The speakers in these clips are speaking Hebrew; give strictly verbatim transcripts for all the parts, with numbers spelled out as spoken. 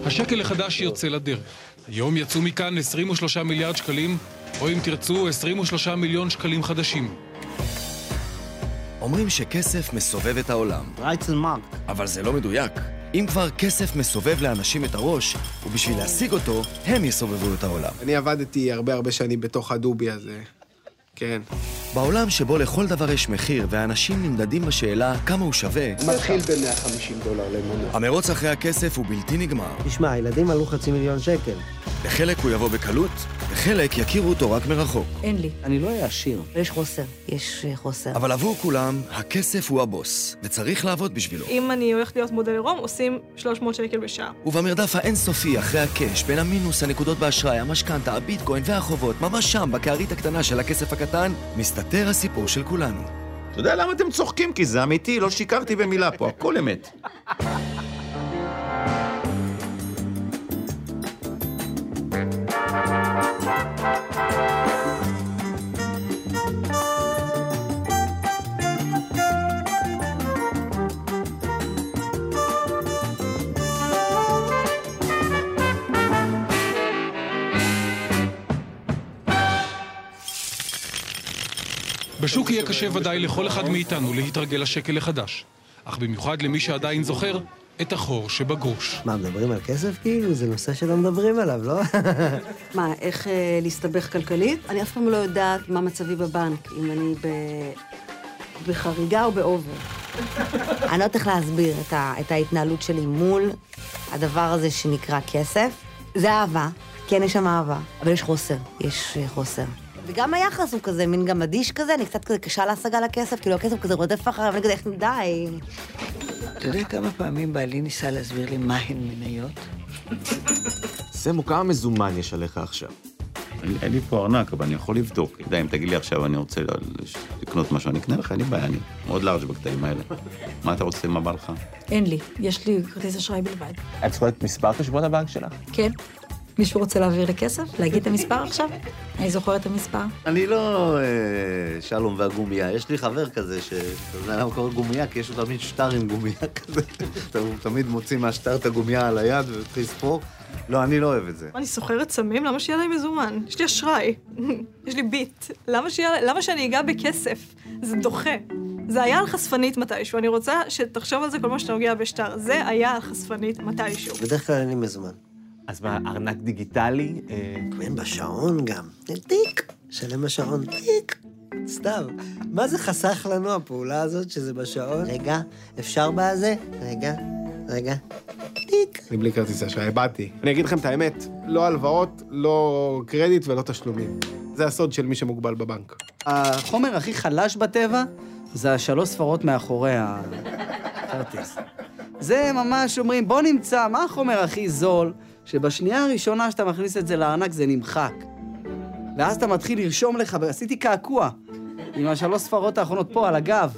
השקל החדש יוצא לדרך. היום יצאו מכאן עשרים ושלושה מיליארד שקלים, או אם תרצו עשרים ושלושה מיליון שקלים חדשים. אומרים שכסף מסובב את העולם. רייצנמרק. אבל זה לא מדויק. אם כבר כסף מסובב לאנשים את הראש, ובשביל להשיג אותו, הם יסובבו את העולם. אני עבדתי הרבה הרבה שנים בתוך הדובי הזה. כן. בעולם שבו לכל דבר יש מחיר, והאנשים נמדדים בשאלה כמה הוא שווה, מתחיל ב-מאה וחמישים דולר למנה. המרוץ אחרי הכסף הוא בלתי נגמר. תשמע, הילדים עלו חצי מיליון שקל. לחלק הוא יבוא בקלות, וחלק יכירו אותו רק מרחוק. אין לי. אני לא אהיה עשיר. יש חוסר. יש חוסר. אבל עבור כולם, הכסף הוא הבוס, וצריך לעבוד בשבילו. אם אני הולכת להיות מודל עירום, עושים שלוש מאות שקל בשעה. ובמרדף האינסופי אחרי הקש, בין המינוס, הנקודות באשראי, המשכנתה, הביטקוין והחובות, ממש שם, בקערית הקטנה של הכסף הקטן, מסתתר הסיפור של כולנו. אתה יודע למה אתם צוחקים? כי זה אמיתי, לא שיקרתי במילה פה, הכל אמת. בשוק יהיה קשה ודאי לכל אחד מאיתנו להתרגל לשקל החדש, אך במיוחד למי שעדיין זוכר את החור שבגרוש. מה, מדברים על כסף כאילו? זה נושא שלא מדברים עליו, לא? מה, איך אה, להסתבך כלכלית? אני אף פעם לא יודעת מה מצבי בבנק, אם אני ב... בחריגה או באובר. אני לא צריך להסביר את, ה... את ההתנהלות שלי מול הדבר הזה שנקרא כסף. זה אהבה, כן יש שם אהבה, אבל יש חוסר, יש חוסר. וגם היחס הוא כזה, מין גם אדיש כזה, אני קצת כזה קשה להשגה לכסף, כאילו הכסף כזה רודף אחריו, ואני כזה, איך די. אתה יודע כמה פעמים בעלי ניסה להסביר לי מה הן מניות? סמו, כמה מזומן יש עליך עכשיו? אין לי פה ארנק, אבל אני יכול לבדוק. יודע, אם תגיד לי עכשיו, אני רוצה לקנות משהו, אני אקנה לך, אין לי בעיה, אני מאוד לארג' בקטעים האלה. מה אתה רוצה, מה בא לך? אין לי, יש לי כרטיס אשראי בלבד. את צריכה את מספר חשבון הבנק שלך? כן. מישהו רוצה להעביר לכסף? להגיד את המספר עכשיו? אני זוכרת את המספר. אני לא שלום והגומיה, יש לי חבר כזה ש... אתה יודע למה קורא גומיה? כי יש לו תמיד שטר עם גומיה כזה. הוא תמיד מוציא מהשטר את הגומיה על היד ומתחיל לספור. לא, אני לא אוהב את זה. אני סוחרת סמים? למה שיהיה לי מזומן? יש לי אשראי. יש לי ביט. למה שיהיה... למה שאני אגע בכסף? זה דוחה. זה היה על חשפנית מתישהו. אני רוצה שתחשוב על זה כל מה שאתה נוגע בשטר. זה היה על חשפנית מתישהו. בדרך כלל אני מזומן. אז מה, ארנק דיגיטלי? כמן בשעון גם. טיק, שלם בשעון, טיק. סתם. מה זה חסך לנו הפעולה הזאת שזה בשעון? רגע, אפשר בזה? רגע, רגע. טיק. אני בלי כרטיס אשראי, באתי. אני אגיד לכם את האמת, לא הלוואות, לא קרדיט ולא תשלומים. זה הסוד של מי שמוגבל בבנק. החומר הכי חלש בטבע זה השלוש ספרות מאחורי הכרטיס. זה ממש אומרים, בוא נמצא, מה החומר הכי זול? שבשנייה הראשונה שאתה מכניס את זה לארנק זה נמחק. ואז אתה מתחיל לרשום לך, ועשיתי קעקוע עם השלוש ספרות האחרונות פה על הגב.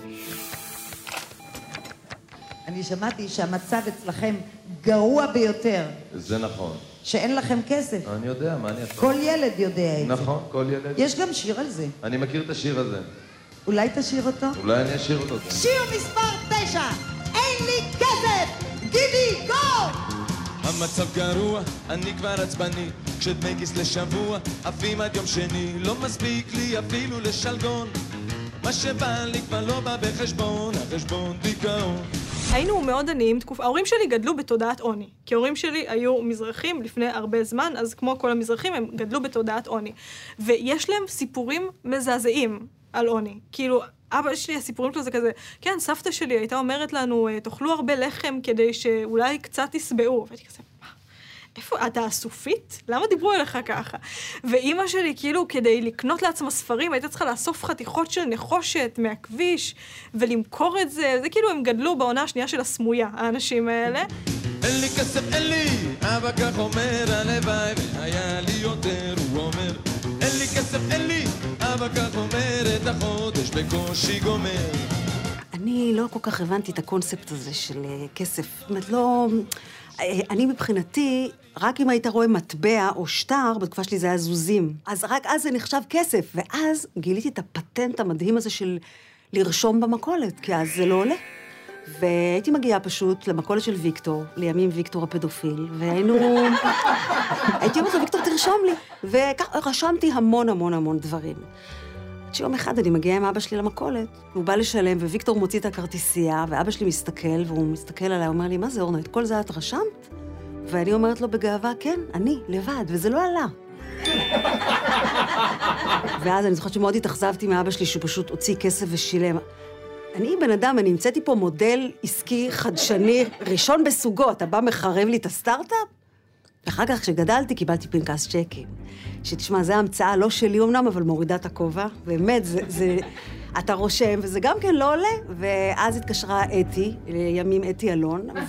אני שמעתי שהמצב אצלכם גרוע ביותר. זה נכון. שאין לכם כסף. אני יודע, מה אני אעשה? כל ילד יודע את זה. נכון, כל ילד. יש גם שיר על זה. אני מכיר את השיר הזה. אולי תשיר אותו? אולי אני אשיר אותו. שיר מספר תשע, אין לי כסף, גידי, גו! המצב גרוע, אני כבר עצבני, כשדמי כיס לשבוע, עפים עד יום שני, לא מספיק לי אפילו לשלגון, מה שבא לי כבר לא בא בחשבון, החשבון דיכאון. היינו מאוד עניים, תקופה, ההורים שלי גדלו בתודעת עוני, כי ההורים שלי היו מזרחים לפני הרבה זמן, אז כמו כל המזרחים הם גדלו בתודעת עוני, ויש להם סיפורים מזעזעים על עוני, כאילו אבא שלי, הסיפורים שלו זה כזה, כן, סבתא שלי הייתה אומרת לנו, תאכלו הרבה לחם כדי שאולי קצת תסבעו. והייתי כזה, מה? איפה, אתה אסופית? למה דיברו אליך ככה? ואימא שלי, כאילו, כדי לקנות לעצמה ספרים, הייתה צריכה לאסוף חתיכות של נחושת מהכביש, ולמכור את זה. זה כאילו, הם גדלו בעונה השנייה של הסמויה, האנשים האלה. אין לי כסף, אין לי, אבא כך אומר, הלוואי, והיה לי יותר, הוא אומר. אין לי כסף, אין לי, אבא כך אומר, את החודש בקושי גומר. אני לא כל כך הבנתי את הקונספט הזה של כסף. זאת אומרת, לא... אני מבחינתי, רק אם היית רואה מטבע או שטר, בתקופה שלי זה היה זוזים. אז רק אז זה נחשב כסף, ואז גיליתי את הפטנט המדהים הזה של לרשום במקולת, כי אז זה לא עולה. והייתי מגיעה פשוט למכולת של ויקטור, לימים ויקטור הפדופיל, והיינו... הייתי אומרת לו, ויקטור, תרשום לי. וכך רשמתי המון המון המון דברים. עד שיום אחד אני מגיעה עם אבא שלי למכולת, והוא בא לשלם, וויקטור מוציא את הכרטיסייה, ואבא שלי מסתכל, והוא מסתכל עליי, הוא אומר לי, מה זה, אורנה, את כל זה את רשמת? ואני אומרת לו בגאווה, כן, אני, לבד, וזה לא עלה. ואז אני זוכרת שמאוד התאכזבתי מאבא שלי, שהוא פשוט הוציא כסף ושילם. אני בן אדם, אני המצאתי פה מודל עסקי חדשני, ראשון בסוגו, אתה בא מחרב לי את הסטארט-אפ? ואחר כך, כשגדלתי, קיבלתי פנקס צ'קים. שתשמע, זו המצאה לא שלי אומנם, אבל מורידה את הכובע. באמת, זה, זה, אתה רושם, וזה גם כן לא עולה. ואז התקשרה אתי, לימים אתי אלון, ו...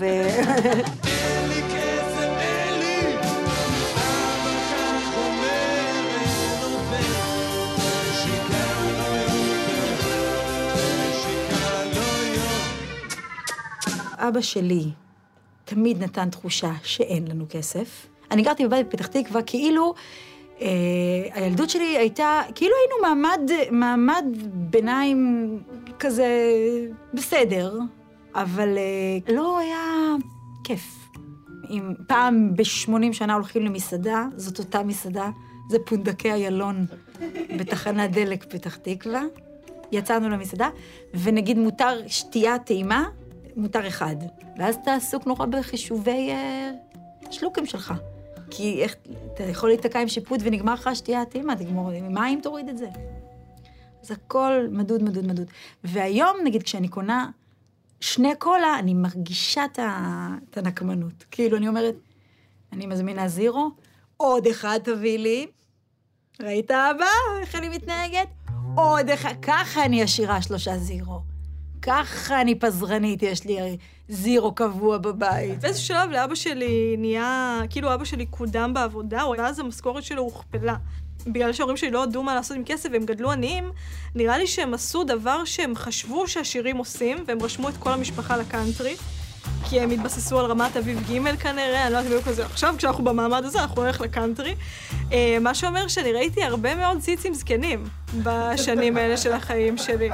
אבא שלי תמיד נתן תחושה שאין לנו כסף. אני גרתי בבית בפתח תקווה, כאילו אה, הילדות שלי הייתה, כאילו היינו מעמד, מעמד ביניים כזה בסדר, אבל אה, לא היה כיף. אם פעם ב-שמונים שנה הולכים למסעדה, זאת אותה מסעדה, זה פונדקי איילון בתחנת דלק פתח תקווה. יצאנו למסעדה, ונגיד מותר שתייה טעימה, מותר אחד. ואז אתה עסוק נורא בחישובי אה, שלוקים שלך. כי איך, אתה יכול להתקע עם שיפוט ונגמר לך שתייה טעימה, תגמור, מים תוריד את זה. אז הכל מדוד, מדוד, מדוד. והיום, נגיד, כשאני קונה שני קולה, אני מרגישה את הנקמנות. כאילו, אני אומרת, אני מזמינה זירו, עוד אחד תביא לי, ראית אבא? איך אני מתנהגת? עוד אחד, ככה אני עשירה שלושה זירו. ככה אני פזרנית, יש לי זירו קבוע בבית. באיזה שלב לאבא שלי נהיה, כאילו אבא שלי קודם בעבודה, ואז המשכורת שלו הוכפלה. בגלל שההורים שלי לא ידעו מה לעשות עם כסף, והם גדלו עניים, נראה לי שהם עשו דבר שהם חשבו שהשירים עושים, והם רשמו את כל המשפחה לקאנטרי, כי הם התבססו על רמת אביב ג' כנראה, אני לא יודעת אם כזה, עכשיו כשאנחנו במעמד הזה, אנחנו הולך לקאנטרי. מה שאומר שאני ראיתי הרבה מאוד ציצים זקנים בשנים האלה של החיים שלי.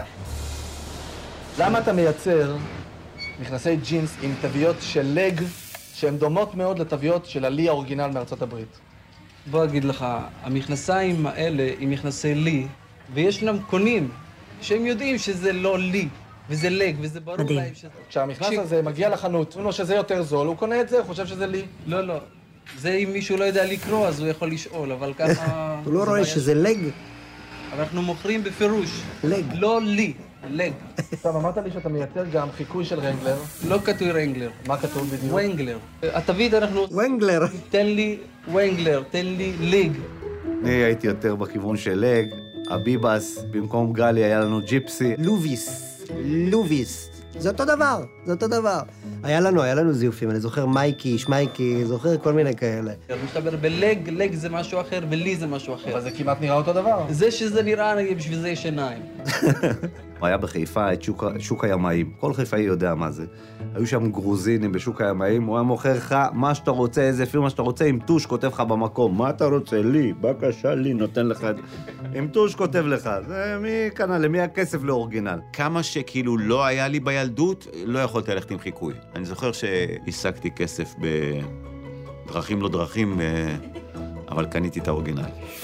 למה אתה מייצר מכנסי ג'ינס עם תוויות של לג שהן דומות מאוד לתוויות של הלי האורגינל מארצות הברית? בוא אגיד לך, המכנסיים האלה עם מכנסי לי, ויש להם קונים שהם יודעים שזה לא לי, וזה לג, וזה ברור להם שזה... כשהמכנס הזה מגיע לחנות, אומרים לו שזה יותר זול, הוא קונה את זה, הוא חושב שזה לי. לא, לא. זה אם מישהו לא יודע לקרוא, אז הוא יכול לשאול, אבל ככה... הוא לא רואה שזה לג? אנחנו מוכרים בפירוש. לג. לא לי. לג. עכשיו, אמרת לי שאתה מייצר גם חיקוי של רנגלר. לא כתוב רנגלר. מה כתוב בדיוק? ונגלר. התווית אנחנו... ונגלר. תן לי ונגלר, תן לי ליג. אני הייתי יותר בכיוון של לג, הביבס, במקום גלי היה לנו ג'יפסי. לוביס, לוביס. זה אותו דבר, זה אותו דבר. היה לנו, היה לנו זיופים, אני זוכר מייקי, שמייקי, זוכר כל מיני כאלה. אני מדבר בלג, לג זה משהו אחר, ולי זה משהו אחר. אבל זה כמעט נראה אותו דבר. זה שזה נראה, נגיד, בשביל זה יש עיניים. הוא היה בחיפה, את שוק, שוק הימאים. כל חיפאי יודע מה זה. היו שם גרוזינים בשוק הימאים, הוא היה מוכר לך מה שאתה רוצה, איזה פירמה שאתה רוצה, עם טוש כותב לך במקום. מה אתה רוצה? לי, בבקשה, לי, נותן לך. עם טוש כותב לך. זה מי קנה, למי הכסף לאורגינל. כמה שכאילו לא היה לי בילדות, לא יכולתי ללכת עם חיקוי. אני זוכר שהשגתי כסף בדרכים לא דרכים, אבל קניתי את האורגינל.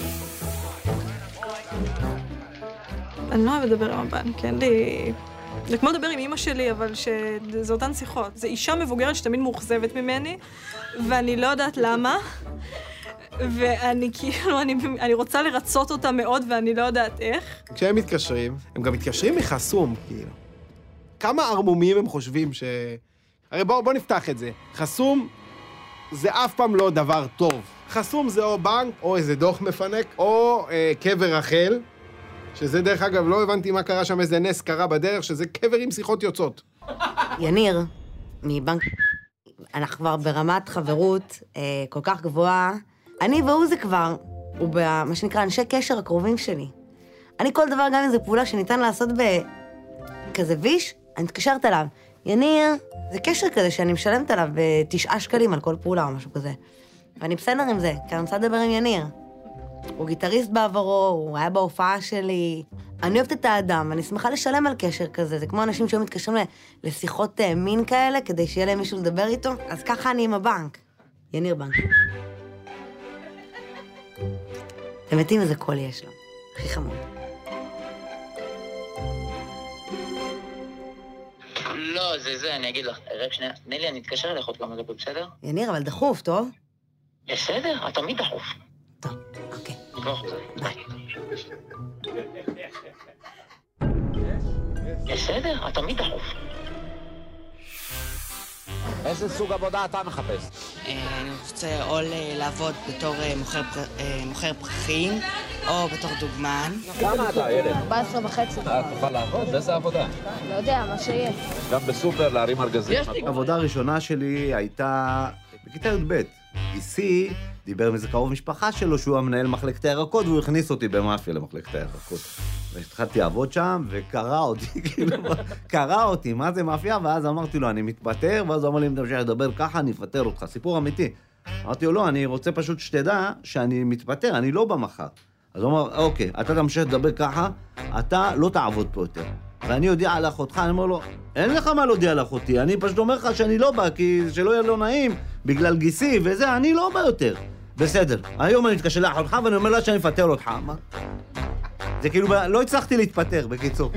אני לא אוהב לדבר עם הבנק, אין לי... זה כמו לדבר עם אמא שלי, אבל שזה אותן שיחות. זו אישה מבוגרת שתמיד מאוכזבת ממני, ואני לא יודעת למה, ואני כאילו, אני, אני רוצה לרצות אותה מאוד, ואני לא יודעת איך. כשהם מתקשרים, הם גם מתקשרים מחסום, כאילו. כמה ערמומים הם חושבים ש... הרי בואו בוא נפתח את זה. חסום זה אף פעם לא דבר טוב. חסום זה או בנק, או איזה דוח מפנק, או אה, קבר רחל, שזה דרך אגב, לא הבנתי מה קרה שם, איזה נס קרה בדרך, שזה קבר עם שיחות יוצאות. יניר, מבנק... אנחנו כבר ברמת חברות אה, כל כך גבוהה. אני והוא זה כבר, הוא במה שנקרא אנשי קשר הקרובים שלי. אני כל דבר, גם אם זו פעולה שניתן לעשות בכזה ויש, אני מתקשרת אליו. יניר, זה קשר כזה שאני משלמת עליו בתשעה שקלים על כל פעולה או משהו כזה. ואני בסדר עם זה, כי אני רוצה לדבר עם יניר. הוא גיטריסט בעברו, הוא היה בהופעה שלי. אני אוהבת את האדם, ואני שמחה לשלם על קשר כזה. זה כמו אנשים שהיו מתקשרים לשיחות מין כאלה, כדי שיהיה להם מישהו לדבר איתו. אז ככה אני עם הבנק. יניר בנק. אתם מתים איזה קול יש לו. הכי חמוד. לא, זה זה, אני אגיד לך. רק שנייה, תני לי, אני אתקשר אליך עוד כמה דקות, בסדר? יניר, אבל דחוף, טוב? בסדר, את תמיד דחוף. טוב, אוקיי. ביי. בסדר, את תמיד דחוף. איזה סוג עבודה אתה מחפש? אני רוצה או לעבוד בתור מוכר פרחים, או בתור דוגמן. כמה אתה, ילד? ארבע עשרה וחצי. אתה תוכל לעבוד? באיזה עבודה? לא יודע, מה שיהיה. גם בסופר להרים ארגזים. העבודה הראשונה שלי הייתה בכיתה י' ב'. גיסי דיבר עם איזה קרוב משפחה שלו שהוא המנהל מחלקת הירקות, והוא הכניס אותי במאפיה למחלקת הירקות. והתחלתי לעבוד שם, וקרא אותי, כאילו, קרא אותי, מה זה מאפיה? ואז אמרתי לו, אני מתפטר, ואז הוא אמר לי, אם תמשיך לדבר ככה, אני אפטר אותך. סיפור אמיתי. אמרתי לו, לא, אני רוצה פשוט שתדע שאני מתפטר, אני לא במחר. אז הוא אמר, אוקיי, אתה תמשיך לדבר ככה, אתה לא תעבוד פה יותר. ואני יודע על אחותך, אני אומר לו, אין לך מה להודיע על אחותי, אני פשוט אומר לך שאני לא בא, כי שלא יהיה לו נעים, בגלל גיסי וזה, אני לא בא יותר. בסדר, היום אני מתקשר לאחותך ואני אומר לה שאני אפטר אותך. מה? זה כאילו, לא הצלחתי להתפטר, בקיצור.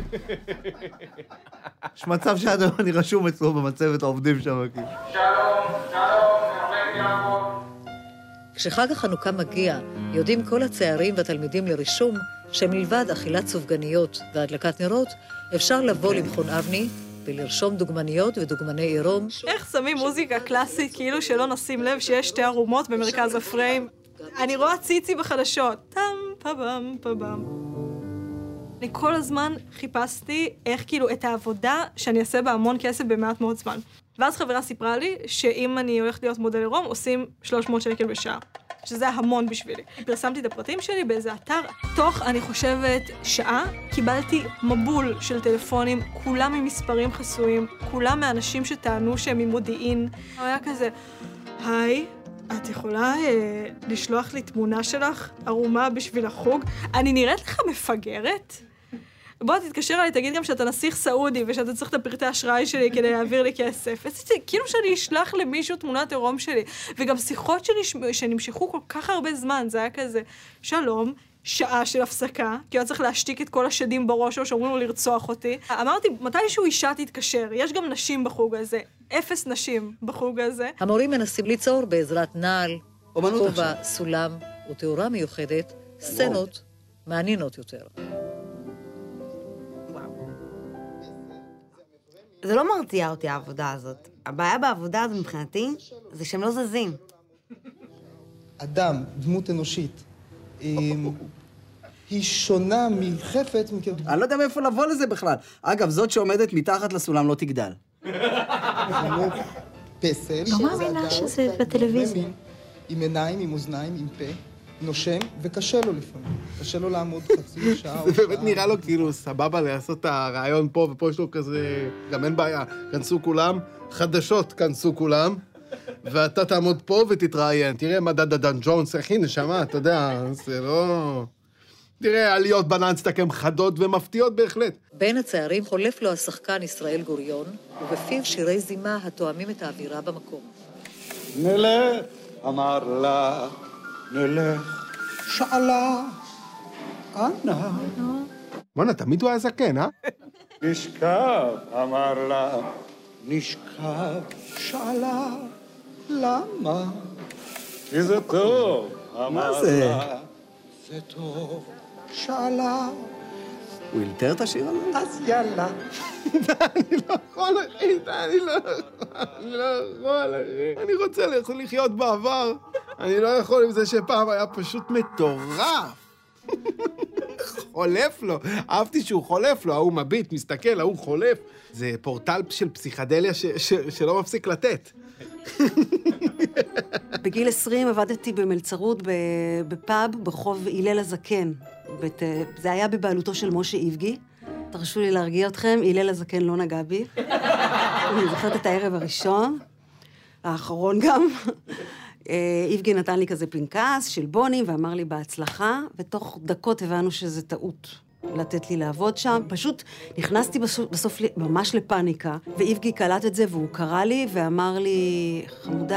יש מצב שעד היום אני רשום אצלו במצבת העובדים שם. שלום, שלום, נרמק יעמוד. כשחג החנוכה מגיע, יודעים כל הצעירים והתלמידים לרישום שמלבד אכילת סופגניות והדלקת נרות, אפשר לבוא למכון אבני ולרשום דוגמניות ודוגמני עירום. איך שמים מוזיקה קלאסית כאילו שלא נשים לב שיש שתי ערומות במרכז הפריים? אני רואה ציצי בחדשות. טם פבם פבם. אני כל הזמן חיפשתי איך כאילו את העבודה שאני אעשה בה המון כסף במעט מאוד זמן. ואז חברה סיפרה לי שאם אני הולכת להיות מודל עירום, עושים שלוש מאות שקל בשעה. שזה המון בשבילי. פרסמתי את הפרטים שלי באיזה אתר. תוך, אני חושבת, שעה, קיבלתי מבול של טלפונים, כולם עם מספרים חסויים, כולם מאנשים שטענו שהם ממודיעין. הוא היה כזה, היי, את יכולה אה, לשלוח לי תמונה שלך, ערומה בשביל החוג? אני נראית לך מפגרת? בוא תתקשר אליי, תגיד גם שאתה נסיך סעודי ושאתה צריך את הפרטי אשראי שלי כדי להעביר לי כסף. זה כאילו שאני אשלח למישהו תמונת עירום שלי. וגם שיחות שלי שנמשכו כל כך הרבה זמן, זה היה כזה, שלום, שעה של הפסקה, כי אני צריך להשתיק את כל השדים בראש או שאומרים לו לרצוח אותי. אמרתי, מתישהו אישה תתקשר, יש גם נשים בחוג הזה, אפס נשים בחוג הזה. המורים מנסים ליצור בעזרת נעל, כובע, סולם ותאורה מיוחדת, סצנות מעניינות יותר. זה לא מרתיע אותי העבודה הזאת. הבעיה בעבודה הזאת מבחינתי זה שהם לא זזים. אדם, דמות אנושית, היא שונה מחפץ מכיר... אני לא יודע מאיפה לבוא לזה בכלל. אגב, זאת שעומדת מתחת לסולם לא תגדל. זה לא פסל. לא מאמינה שזה בטלוויזיה. עם עיניים, עם אוזניים, עם פה, נושם, וקשה לו לפעמים. קשה לו לעמוד חצי שעה או שעה. זה באמת נראה לו כאילו סבבה לעשות את הרעיון פה, ופה יש לו כזה... גם אין בעיה, כנסו כולם, חדשות כנסו כולם, ואתה תעמוד פה ותתראיין. תראה מדד הדן ג'ונס, אחי, נשמה, אתה יודע, זה לא... תראה, עליות בננסטק הן חדות ומפתיעות בהחלט. בין הצערים חולף לו השחקן ישראל גוריון, ובפיו שירי זימה התואמים את האווירה במקום. נלך, אמר לה, נלך, שאלה, אנה. מונה, תמיד הוא היה זקן, אה? נשכב, אמר לה, נשכב, שאלה, למה? כי זה טוב, אמר לה, זה טוב, שאלה. הוא ילתר את השיר הזה? אז יאללה. אני לא יכול, אחי, אני לא יכול, אני לא יכול, אחי. אני רוצה לחיות בעבר. אני לא יכול עם זה שפעם היה פשוט מטורף. חולף לו. אהבתי שהוא חולף לו, ההוא מביט, מסתכל, ההוא חולף. זה פורטל של פסיכדליה ש- ש- שלא מפסיק לתת. בגיל עשרים עבדתי במלצרות בפאב ברחוב הלל הזקן. זה היה בבעלותו של משה איבגי. תרשו לי להרגיע אתכם, הלל הזקן לא נגע בי. אני זוכרת את הערב הראשון, האחרון גם. איבגי נתן לי כזה פנקס של בונים, ואמר לי בהצלחה, ותוך דקות הבנו שזה טעות לתת לי לעבוד שם. פשוט נכנסתי בסוף, בסוף ממש לפאניקה, ואיבגי קלט את זה, והוא קרא לי ואמר לי, חמודה,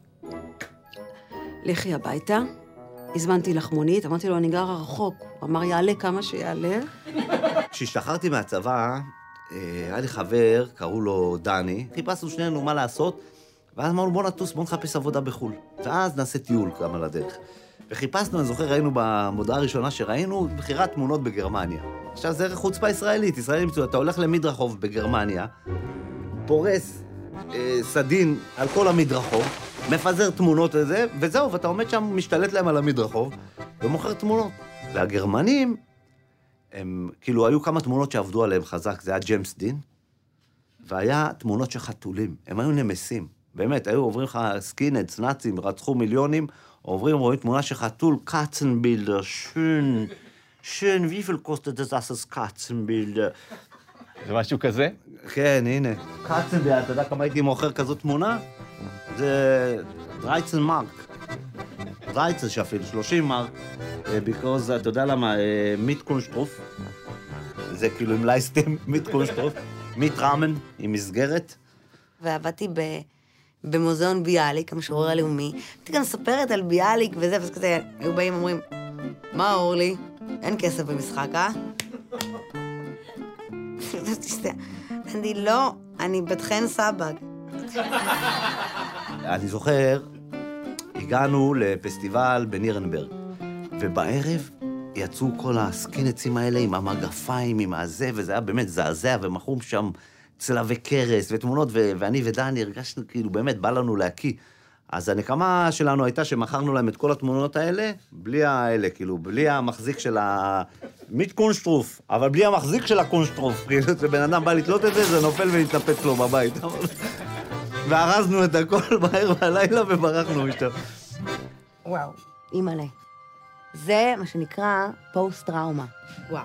לכי הביתה. הזמנתי לך מונית, אמרתי לו, אני גר רחוק. הוא אמר, יעלה כמה שיעלה. כשהשתחררתי מהצבא, היה לי חבר, קראו לו דני, חיפשנו שנינו מה לעשות, ואז אמרנו, בוא נטוס, בוא נחפש עבודה בחו"ל. ואז נעשה טיול גם על הדרך. וחיפשנו, אני זוכר, ראינו במודעה הראשונה שראינו, בחירת תמונות בגרמניה. עכשיו, זה חוצפה ישראלית, ישראלים, אתה הולך למדרחוב בגרמניה, פורס אה, סדין על כל המדרחוב, מפזר תמונות לזה, וזהו, ואתה עומד שם, משתלט להם על המדרחוב, ומוכר תמונות. והגרמנים, הם, כאילו, היו כמה תמונות שעבדו עליהם חזק, זה היה ג'יימס דין, והיה תמונות של חתולים, הם היו נמסים. באמת, היו עוברים לך סקינדס, נאצים, רצחו מיליונים, עוברים, רואים תמונה של חתול, קאצנבילדר, שön, schön, wie viel kostet das das קאצנבילדר? זה משהו כזה? כן, הנה. קאצנבילדר, אתה יודע כמה הייתי מוכר כזו תמונה? זה דרייצן מרק. דרייצן שאפילו, שלושים מרק, because, אתה יודע למה, מיט קונסטרוף, זה כאילו עם לייסטים, מיט קונסטרוף, מיט ראמן, עם מסגרת. ועבדתי ב... במוזיאון ביאליק, המשורר הלאומי. הייתי גם מספרת על ביאליק וזה, ואז כזה, היו באים ואומרים, מה אורלי? אין כסף במשחק, אה? אני לא, אני בת חן סבג. אני זוכר, הגענו לפסטיבל בנירנברג, ובערב יצאו כל הסקינצים האלה עם המגפיים, עם הזה, וזה היה באמת זעזע, ומחום שם צלבי קרס ותמונות, ו- ואני ודני הרגשנו כאילו באמת בא לנו להקיא. אז הנקמה שלנו הייתה שמכרנו להם את כל התמונות האלה, בלי האלה, כאילו, בלי המחזיק של המיט קונסטרוף, אבל בלי המחזיק של הקונסטרוף. כאילו, כשבן אדם בא לתלות את זה, זה נופל ונתנפץ לו בבית. והרזנו את הכל בערב והלילה וברחנו משם. וואו, אימא'לה. זה מה שנקרא פוסט-טראומה. וואו.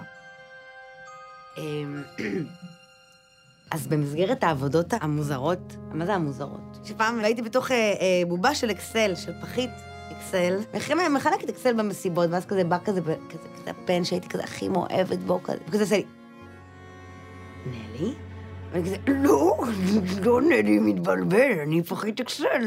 אז במסגרת העבודות המוזרות, מה זה המוזרות? שפעם הייתי בתוך אה, אה, בובה של אקסל, של פחית אקסל, מחלקת אקסל במסיבות, ואז כזה בא כזה, כזה, כזה הפן שהייתי כזה הכי מאוהבת בו, כזה, וכזה עושה לי, נלי? ואני כזה, לא, לא נלי מתבלבל, אני פחית אקסל.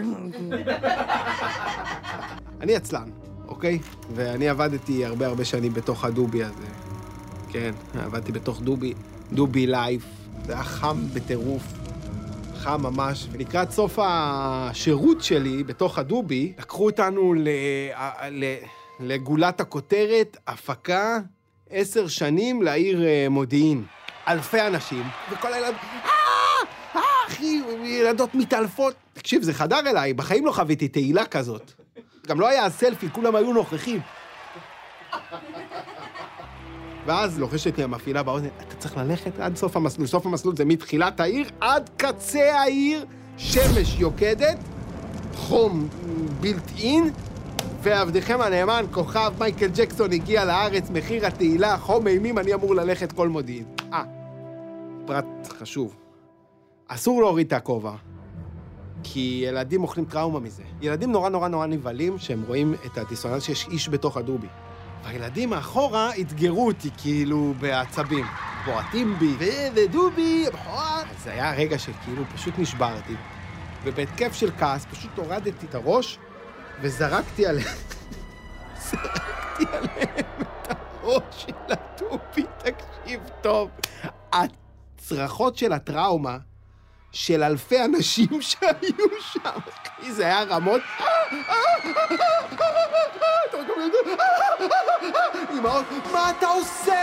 אני עצלן, אוקיי? ואני עבדתי הרבה הרבה שנים בתוך הדובי הזה. כן, עבדתי בתוך דובי, דובי לייף. זה היה חם בטירוף, חם ממש. ולקראת סוף השירות שלי בתוך הדובי, לקחו אותנו ל... ל... לגולת הכותרת, הפקה, עשר שנים לעיר מודיעין. אלפי אנשים, וכל הילד... אה! אה! אחי, ילדות מתעלפות. תקשיב, זה חדר אליי, בחיים לא חוויתי תהילה כזאת. גם לא היה סלפי, כולם היו נוכחים. ואז לוחשת לי המפעילה באוזן, אתה צריך ללכת עד סוף המסלול. סוף המסלול זה מתחילת העיר עד קצה העיר, שמש יוקדת, חום בילט אין, ועבדכם הנאמן, כוכב מייקל ג'קסון הגיע לארץ, מחיר התהילה, חום אימים, אני אמור ללכת כל מודיעין. אה, פרט חשוב. אסור להוריד את הכובע, כי ילדים אוכלים טראומה מזה. ילדים נורא נורא נורא נבלים שהם רואים את הדיסוננס שיש איש בתוך הדובי. והילדים מאחורה התגרו אותי כאילו בעצבים. בועטים בי, ודובי, בחורה. זה היה הרגע שכאילו פשוט נשברתי. ובהתקף של כעס פשוט הורדתי את הראש וזרקתי עליהם. זרקתי עליהם את הראש של הדובי, תקשיב טוב. הצרחות של הטראומה של אלפי אנשים שהיו שם, אחי, זה היה רמות. אמאות, מה אתה עושה?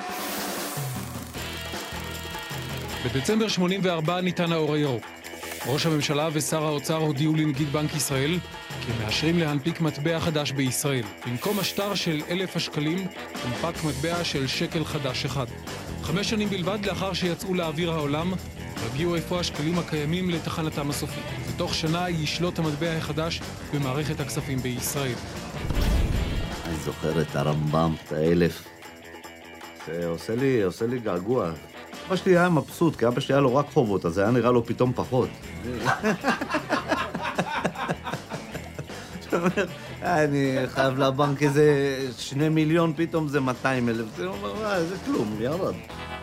בדצמבר שמונים וארבע ניתן האור הירוק. ראש הממשלה ושר האוצר הודיעו לנגיד בנק ישראל כי הם מאשרים להנפיק מטבע חדש בישראל. במקום השטר של אלף השקלים, הונפק מטבע של שקל חדש אחד. חמש שנים בלבד לאחר שיצאו לאוויר העולם, הגיעו איפה השקלים הקיימים לתחנתם הסופית. בתוך שנה ישלוט המטבע החדש במערכת הכספים בישראל. אני זוכר את הרמב"ם, את האלף. זה עושה לי, עושה לי געגוע. אבא שלי היה מבסוט, כי אבא שלי היה לו רק חובות, אז זה היה נראה לו פתאום פחות. אני חייב לבנק איזה שני מיליון, פתאום זה מאתיים אלף. זה אומר, אה, זה כלום, ירד.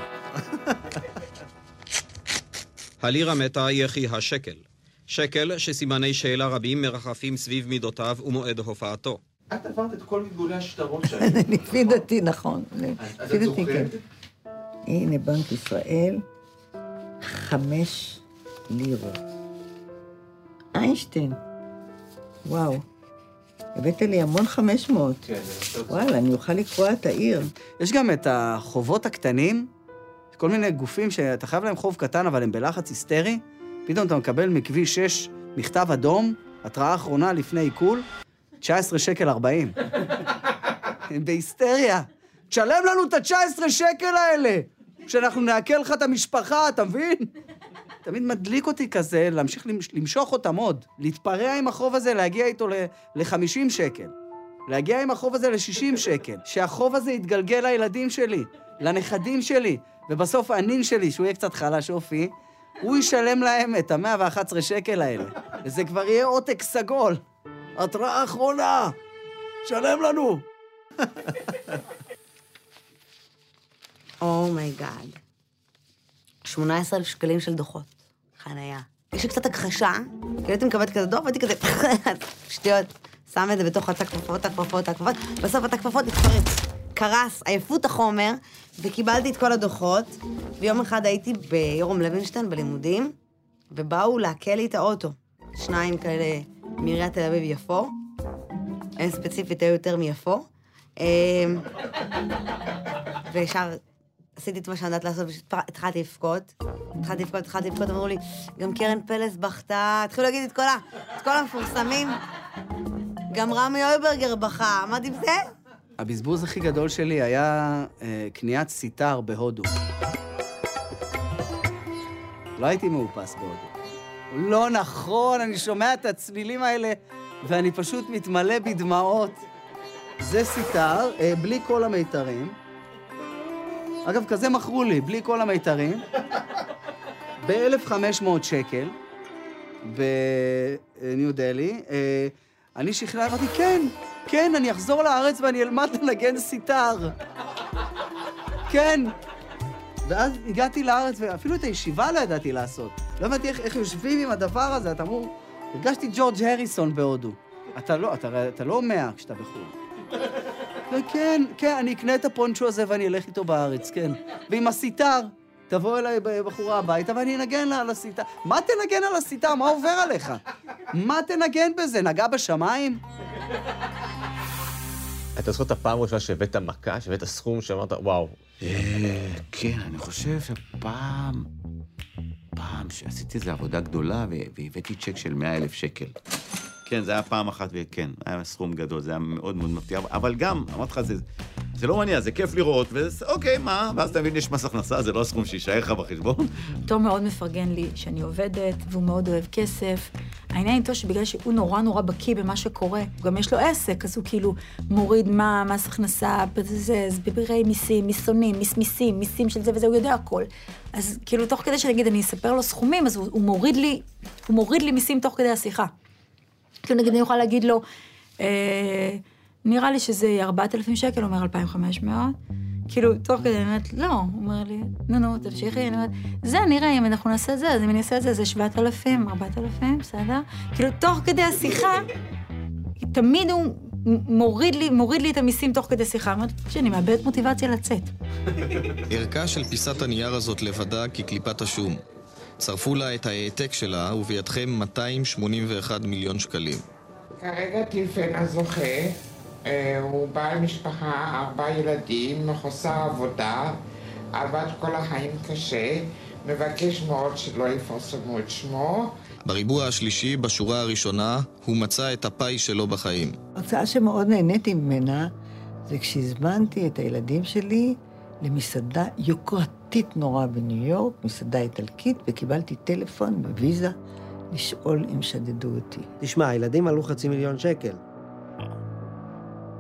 הלירה מתה יחי השקל. שקל שסימני שאלה רבים מרחפים סביב מידותיו ומועד הופעתו. את עברת את כל גלגולי השטרות שלנו. לפי דתי, נכון. אז את זוכרת? הנה, בנק ישראל, חמש לירות. איינשטיין. וואו. הבאת לי המון חמש מאות. כן, זה וואלה, אני אוכל לקרוא את העיר. יש גם את החובות הקטנים, כל מיני גופים שאתה חייב להם חוב קטן, אבל הם בלחץ היסטרי. פתאום אתה מקבל מכביש שש מכתב אדום, התראה אחרונה לפני עיכול, תשע עשרה שקל ארבעים. הם בהיסטריה. תשלם לנו את ה-תשע עשרה שקל האלה, שאנחנו נעכל לך את המשפחה, אתה מבין? תמיד מדליק אותי כזה, להמשיך למשוך אותם עוד, להתפרע עם החוב הזה, להגיע איתו ל-חמישים שקל, להגיע עם החוב הזה ל-שישים שקל, שהחוב הזה יתגלגל לילדים שלי, לנכדים שלי, ובסוף הנין שלי, שהוא יהיה קצת חלש אופי, הוא ישלם להם את ה-מאה ואחת עשרה שקל האלה, וזה כבר יהיה עותק סגול. התראה אחרונה, שלם לנו. אומייגאד. שמונה עשרה אלף שקלים של דוחות. חניה. יש לי קצת הכחשה, כי הייתי מקבלת כזה דוח, והייתי כזה, שטויות, שם את זה בתוך הכפפות, הכפפות, הכפפות, בסוף את הכפפות התפרץ. קרס, עייפות החומר, וקיבלתי את כל הדוחות, ויום אחד הייתי ביורם לוינשטיין בלימודים, ובאו להקל לי את האוטו. שניים כאלה מעיריית תל אביב יפו, הם ספציפית היו יותר מיפו, וישר עשיתי את מה שאני יודעת לעשות, התחלתי לבכות, התחלתי לבכות, התחלתי לבכות, אמרו לי, גם קרן פלס בכתה, התחילו להגיד את כל, ה, את כל המפורסמים, גם רמי אויברגר בכה, אמרתי בזה? הבזבוז הכי גדול שלי היה אה, קניית סיטר בהודו. לא הייתי מאופס בהודו. לא נכון, אני שומע את הצלילים האלה, ואני פשוט מתמלא בדמעות. זה סיטר, אה, בלי כל המיתרים. אגב, כזה מכרו לי, בלי כל המיתרים. ב-אלף וחמש מאות שקל, בניו דלי. אה, אני שכנע, אמרתי, כן, כן, אני אחזור לארץ ואני אלמד לנגן סיטר. כן. ואז הגעתי לארץ, ואפילו את הישיבה לא ידעתי לעשות. לא הבנתי איך, איך יושבים עם הדבר הזה, אתה אמור... הרגשתי ג'ורג' הריסון בהודו. אתה לא, אתה, אתה לא מאה כשאתה בחו"ל. כן, כן, אני אקנה את הפונצ'ו הזה ואני אלך איתו בארץ, כן. ועם הסיטר, תבוא אליי בחורה הביתה ואני אנגן על הסיטר. מה תנגן על הסיטר? מה עובר עליך? מה תנגן בזה? נגע בשמיים? אתה זוכר את הפעם הראשונה שהבאת מכה, שהבאת סכום שאמרת, וואו. כן, אני חושב שפעם, פעם שעשיתי איזו עבודה גדולה והבאתי צ'ק של מאה אלף שקל. כן, זה היה פעם אחת, וכן, היה סכום גדול, זה היה מאוד מאוד מפתיע, אבל גם, אמרתי לך, זה, זה לא מעניין, זה כיף לראות, ואוקיי, מה? ואז אתה מבין, יש מס הכנסה, זה לא הסכום שישאר לך בחשבון. תום מאוד מפרגן לי שאני עובדת, והוא מאוד אוהב כסף. העניין איתו שבגלל שהוא נורא נורא בקיא במה שקורה, גם יש לו עסק, אז הוא כאילו מוריד מה, מס הכנסה, בזז, בבירי מיסים, מיסונים, מיסמיסים, מיסים של זה וזה, הוא יודע הכל. אז כאילו, תוך כדי שנגיד, אני אספר לו סכומים, אז הוא, הוא מוריד לי, הוא מוריד לי מיסים תוך כדי השיחה. כאילו, נגיד, אני יכולה להגיד לו, אה, נראה לי שזה ארבעת אלפים שקל, הוא אומר אלפיים וחמש מאות. כאילו, תוך כדי, אני אומרת, לא, הוא אומר לי, נו, נו, תמשיכי, אני אומרת, זה נראה, אם אנחנו נעשה את זה, אז אם אני אעשה את זה, זה שבעת אלפים, ארבעת אלפים, בסדר? כאילו, תוך כדי השיחה, תמיד הוא מוריד לי, מוריד לי את המיסים תוך כדי שיחה, אמרתי, שאני מאבדת מוטיבציה לצאת. ערכה של פיסת הנייר הזאת לבדה כקליפת השום. צרפו לה את העתק שלה, ובידכם מאתיים שמונים ואחד מיליון שקלים. כרגע טילפן הזוכה, הוא בעל משפחה, ארבעה ילדים, מחוסר עבודה, עבד כל החיים קשה, מבקש מאוד שלא יפרסמו את שמו. בריבוע השלישי, בשורה הראשונה, הוא מצא את הפאי שלו בחיים. ההוצאה שמאוד נהניתי ממנה, זה כשהזמנתי את הילדים שלי למסעדה יוקרתית נורא בניו יורק, מסעדה איטלקית, וקיבלתי טלפון בוויזה לשאול אם שדדו אותי. תשמע, הילדים עלו חצי מיליון שקל.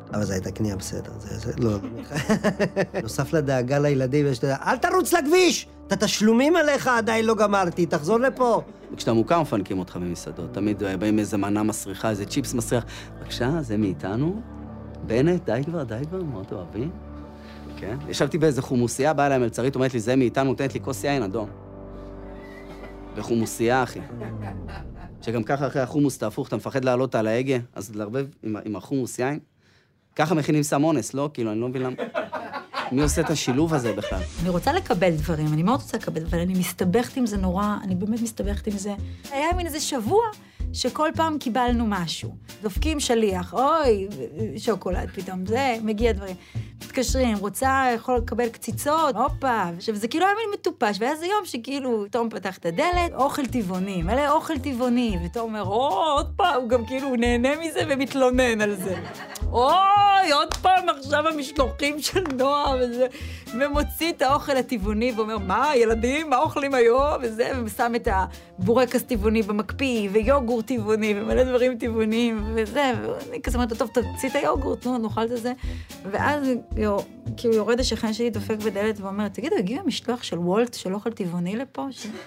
אבל זו הייתה קנייה בסדר, זה, זה, לא. נוסף לדאגה לילדים, יש לדאגה, אל תרוץ לכביש! את התשלומים עליך עדיין לא גמרתי, תחזור לפה. כשאתה מוכר מפנקים אותך במסעדות, תמיד באים איזה מנה מסריחה, איזה צ'יפס מסריח. בבקשה, זה מאיתנו? בנט, די כבר, די כבר, מאוד אוהבים. כן? ישבתי באיזה חומוסייה, באה אליי מלצרית, אומרת לי, זה מאיתנו, נותנת לי כוס יין אדום. בחומוסייה, אחי. שגם ככה אחרי החומוס תהפוך, אתה מפחד לעלות על ההגה, אז לערבב עם, עם החומוס יין. ככה מכינים סם אונס, לא? כאילו, אני לא מבין למה... מי עושה את השילוב הזה בכלל? אני רוצה לקבל דברים, אני מאוד רוצה לקבל, אבל אני מסתבכת עם זה נורא, אני באמת מסתבכת עם זה. היה מין איזה שבוע שכל פעם קיבלנו משהו. דופקים שליח, אוי, שוקולד פתאום, זה, מגיע דברים. מתקשרים, רוצה, יכול לקבל קציצות, הופה. עכשיו, זה כאילו היה מין מטופש, והיה זה יום שכאילו, תום פתח את הדלת, אוכל טבעוני, מלא אוכל טבעוני, ותום אומר, או, עוד פעם, הוא גם כאילו נהנה מזה ומתלונן על זה. אוי, עוד פעם עכשיו המשלוחים של נועה וזה, ומוציא את האוכל הטבעוני ואומר, מה, ילדים, מה אוכלים היום? וזה, ושם את הבורקס טבעוני במקפיא, ויוגורט טבעוני, ומלא דברים טבעוניים, וזה, ואני כזה אומרת, טוב, תוציא את היוגורט, נו, נאכל את זה. ואז כאילו יורד השכן שלי, דופק בדלת ואומר, תגידו, הגיע משלוח של וולט של אוכל טבעוני לפה?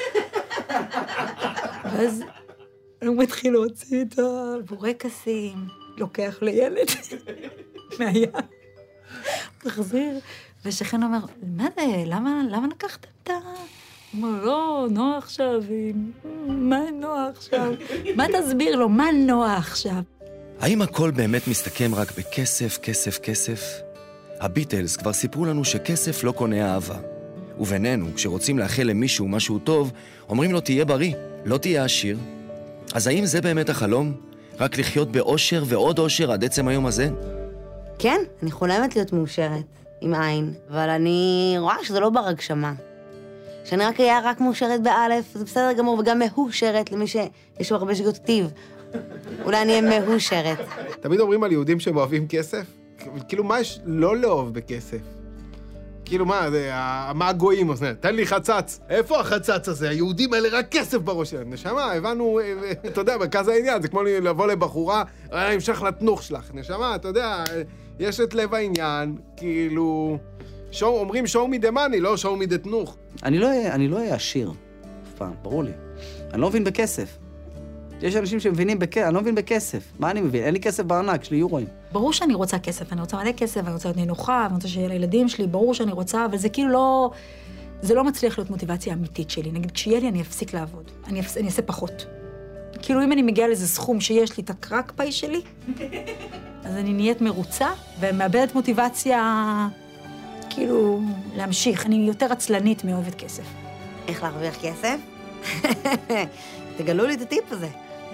ואז הוא מתחיל להוציא את הבורקסים, לוקח לילד מהיד, מחזיר, ושכן אומר, מה זה, למה, למה לקחתם את ה... הוא אומר, לא, נוח עכשיו, מה נוח עכשיו? מה תסביר לו, מה נוח עכשיו? האם הכל באמת מסתכם רק בכסף, כסף, כסף? הביטלס כבר סיפרו לנו שכסף לא קונה אהבה. ובינינו, כשרוצים לאחל למישהו משהו טוב, אומרים לו, תהיה בריא, לא תהיה עשיר. אז האם זה באמת החלום? רק לחיות באושר ועוד אושר עד עצם היום הזה? כן, אני חולמת להיות מאושרת, עם עין, אבל אני רואה שזה לא בר הגשמה. שאני רק אהיה רק מאושרת באלף, זה בסדר גמור, וגם מאושרת למי שיש לו הרבה שגיאות כתיב. אולי אני אהיה מאושרת. תמיד אומרים על יהודים שהם אוהבים כסף? כאילו, מה יש לא לאהוב בכסף? כאילו, מה, זה, מה הגויים עושים? תן לי חצץ. איפה החצץ הזה? היהודים האלה רק כסף בראש שלהם. נשמה, הבנו, אתה יודע, מרכז העניין, זה כמו לבוא לבחורה, אני המשך לתנוך שלך. נשמה, אתה יודע, יש את לב העניין, כאילו... show, אומרים show me the money, לא show me the תנוך. אני לא אהיה, אני לא אהיה עשיר, אף פעם, ברור לי. אני לא מבין בכסף. יש אנשים שמבינים בכסף, אני לא מבין בכסף. מה אני מבין? אין לי כסף בארנק, יש לי יורואים. ברור שאני רוצה כסף, אני רוצה מלא כסף, אני רוצה להיות נינוחה, אני רוצה שיהיה לילדים שלי, ברור שאני רוצה, אבל זה כאילו לא... זה לא מצליח להיות מוטיבציה אמיתית שלי. נגיד, כשיהיה לי, אני אפסיק לעבוד. אני, אפס, אני אעשה פחות. כאילו, אם אני מגיעה לאיזה סכום שיש לי את הקרק פאי שלי, אז אני נהיית מרוצה, ומאבדת מוטיבציה, כאילו, להמשיך. אני יותר עצלנית מאוהבת כסף. איך להרוויח כסף? תגלו לי את הטיפ הזה.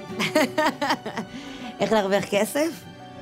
איך להרוויח כסף?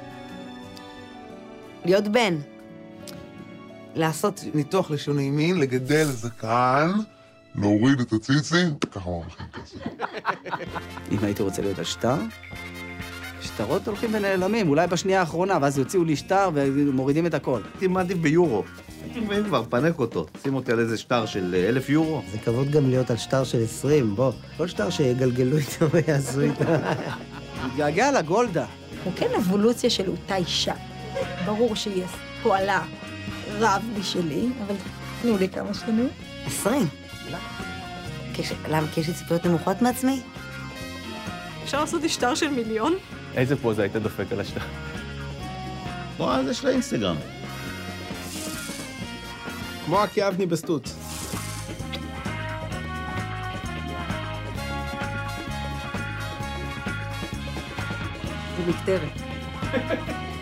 להיות בן. לעשות ניתוח לשוני מין, לגדל זקן, להוריד את הציצים, ככה מרוויחים כסף. אם הייתי רוצה להיות השטר, שטרות הולכים ונעלמים, אולי בשנייה האחרונה, ואז יוציאו לי שטר ומורידים את הכל. הייתי מעדיף ביורו. הייתי מבין כבר, פנק אותו. שים אותי על איזה שטר של אלף יורו. זה כבוד גם להיות על שטר של עשרים, בוא. כל שטר שיגלגלו איתו ויעשו איתו. מתגעגע לגולדה. הוא כן אבולוציה של אותה אישה. ברור שהיא פועלה רב משלי, אבל תנו לי כמה שנים. עשרים. למה? כי יש לי ציפיות נמוכות מעצמי? אפשר לעשות לי שטר של מיליון? איזה פוזה היית דופק על השטר? כמו על זה של האינסטגרם. כמו הקי אבני בסטוץ. זה מקטרת.